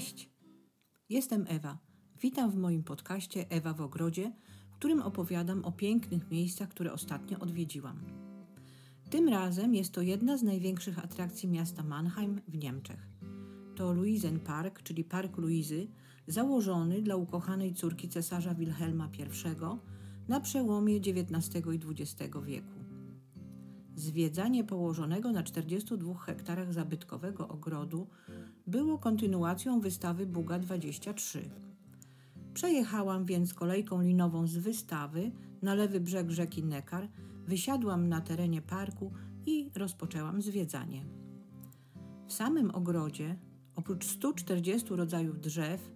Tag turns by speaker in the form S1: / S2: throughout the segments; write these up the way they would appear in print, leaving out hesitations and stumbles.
S1: Cześć! Jestem Ewa. Witam w moim podcaście Ewa w ogrodzie, w którym opowiadam o pięknych miejscach, które ostatnio odwiedziłam. Tym razem jest to jedna z największych atrakcji miasta Mannheim w Niemczech. To Luisenpark, czyli Park Luizy, założony dla ukochanej córki cesarza Wilhelma I na przełomie XIX i XX wieku. Zwiedzanie położonego na 42 hektarach zabytkowego ogrodu było kontynuacją wystawy Buga 23. Przejechałam więc kolejką linową z wystawy na lewy brzeg rzeki Neckar, wysiadłam na terenie parku i rozpoczęłam zwiedzanie. W samym ogrodzie, oprócz 140 rodzajów drzew,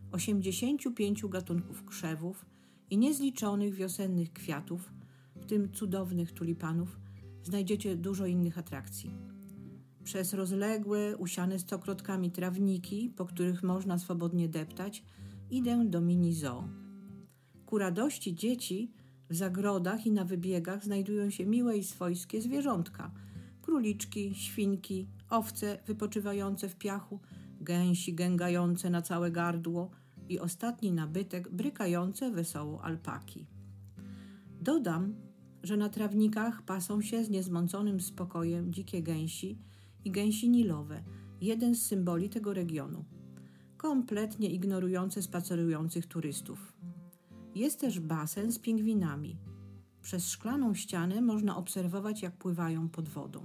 S1: 85 gatunków krzewów i niezliczonych wiosennych kwiatów, w tym cudownych tulipanów, znajdziecie dużo innych atrakcji. Przez rozległe, usiane stokrotkami trawniki, po których można swobodnie deptać, idę do mini zoo. Ku radości dzieci w zagrodach i na wybiegach znajdują się miłe i swojskie zwierzątka. Króliczki, świnki, owce wypoczywające w piachu, gęsi gęgające na całe gardło i ostatni nabytek brykające wesoło alpaki. Dodam, że na trawnikach pasą się z niezmąconym spokojem dzikie gęsi i gęsi nilowe, jeden z symboli tego regionu, kompletnie ignorujące spacerujących turystów. Jest też basen z pingwinami. Przez szklaną ścianę można obserwować, jak pływają pod wodą.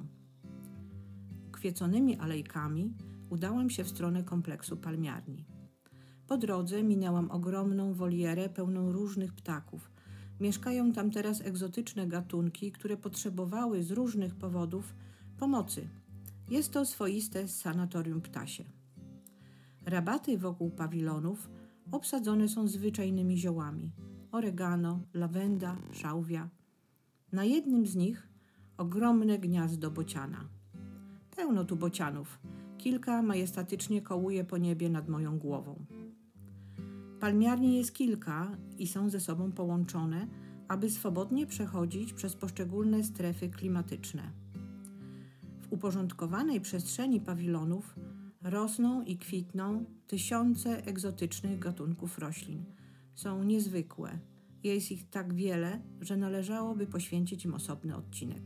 S1: Ukwieconymi alejkami udałam się w stronę kompleksu palmiarni. Po drodze minęłam ogromną wolierę pełną różnych ptaków. Mieszkają tam teraz egzotyczne gatunki, które potrzebowały z różnych powodów pomocy. Jest to swoiste sanatorium ptasie. Rabaty wokół pawilonów obsadzone są zwyczajnymi ziołami: oregano, lawenda, szałwia. Na jednym z nich ogromne gniazdo bociana. Pełno tu bocianów. Kilka majestatycznie kołuje po niebie nad moją głową. Palmiarni jest kilka i są ze sobą połączone, aby swobodnie przechodzić przez poszczególne strefy klimatyczne. W uporządkowanej przestrzeni pawilonów rosną i kwitną tysiące egzotycznych gatunków roślin. Są niezwykłe. Jest ich tak wiele, że należałoby poświęcić im osobny odcinek.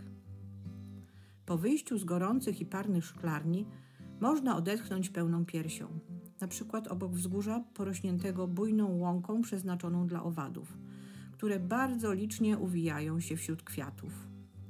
S1: Po wyjściu z gorących i parnych szklarni można odetchnąć pełną piersią, na przykład obok wzgórza porośniętego bujną łąką przeznaczoną dla owadów, które bardzo licznie uwijają się wśród kwiatów.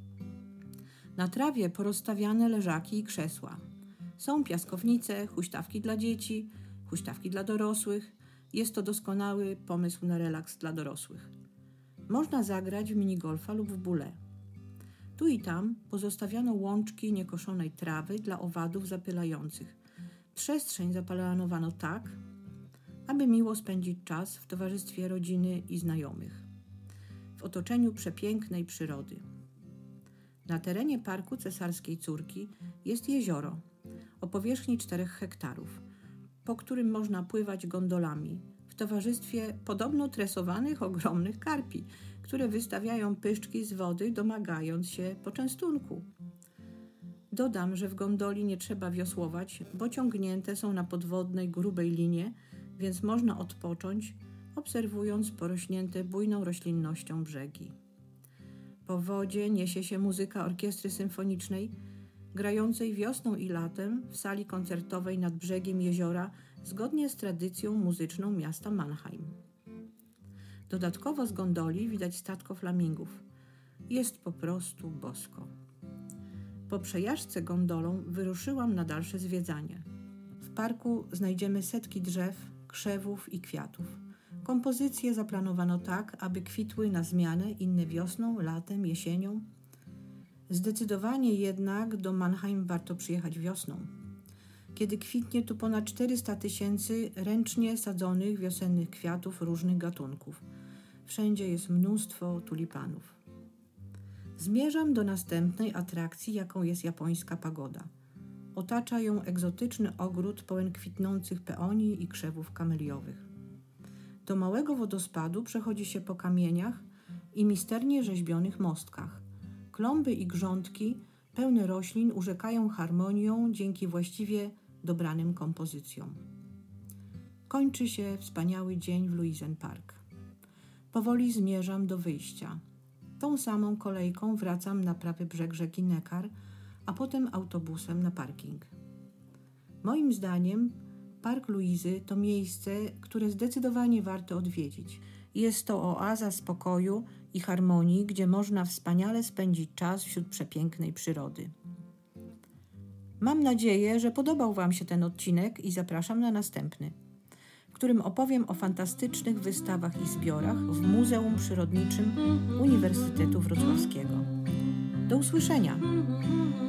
S1: Na trawie porozstawiane leżaki i krzesła. Są piaskownice, huśtawki dla dzieci, huśtawki dla dorosłych. Jest to doskonały pomysł na relaks dla dorosłych. Można zagrać w minigolfa lub w boulet. Tu i tam pozostawiono łączki niekoszonej trawy dla owadów zapylających. Przestrzeń zaplanowano tak, aby miło spędzić czas w towarzystwie rodziny i znajomych, w otoczeniu przepięknej przyrody. Na terenie Parku Cesarskiej Córki jest jezioro o powierzchni 4 hektarów, po którym można pływać gondolami w towarzystwie podobno tresowanych ogromnych karpi, które wystawiają pyszczki z wody, domagając się poczęstunku. Dodam, że w gondoli nie trzeba wiosłować, bo ciągnięte są na podwodnej, grubej linie, więc można odpocząć, obserwując porośnięte bujną roślinnością brzegi. Po wodzie niesie się muzyka orkiestry symfonicznej, grającej wiosną i latem w sali koncertowej nad brzegiem jeziora, zgodnie z tradycją muzyczną miasta Mannheim. Dodatkowo z gondoli widać statko flamingów. Jest po prostu bosko. Po przejażdżce gondolą wyruszyłam na dalsze zwiedzanie. W parku znajdziemy setki drzew, krzewów i kwiatów. Kompozycje zaplanowano tak, aby kwitły na zmianę, inne wiosną, latem, jesienią. Zdecydowanie jednak do Mannheim warto przyjechać wiosną, kiedy kwitnie tu ponad 400 000 ręcznie sadzonych wiosennych kwiatów różnych gatunków. Wszędzie jest mnóstwo tulipanów. Zmierzam do następnej atrakcji, jaką jest japońska pagoda. Otacza ją egzotyczny ogród pełen kwitnących peonii i krzewów kameliowych. Do małego wodospadu przechodzi się po kamieniach i misternie rzeźbionych mostkach. Klomby i grządki pełne roślin urzekają harmonią dzięki właściwie dobranym kompozycjom. Kończy się wspaniały dzień w Louisen Park. Powoli zmierzam do wyjścia. Tą samą kolejką wracam na prawy brzeg rzeki Neckar, a potem autobusem na parking. Moim zdaniem Park Louisy to miejsce, które zdecydowanie warto odwiedzić. Jest to oaza spokoju i harmonii, gdzie można wspaniale spędzić czas wśród przepięknej przyrody. Mam nadzieję, że podobał Wam się ten odcinek i zapraszam na następny, w którym opowiem o fantastycznych wystawach i zbiorach w Muzeum Przyrodniczym Uniwersytetu Wrocławskiego. Do usłyszenia!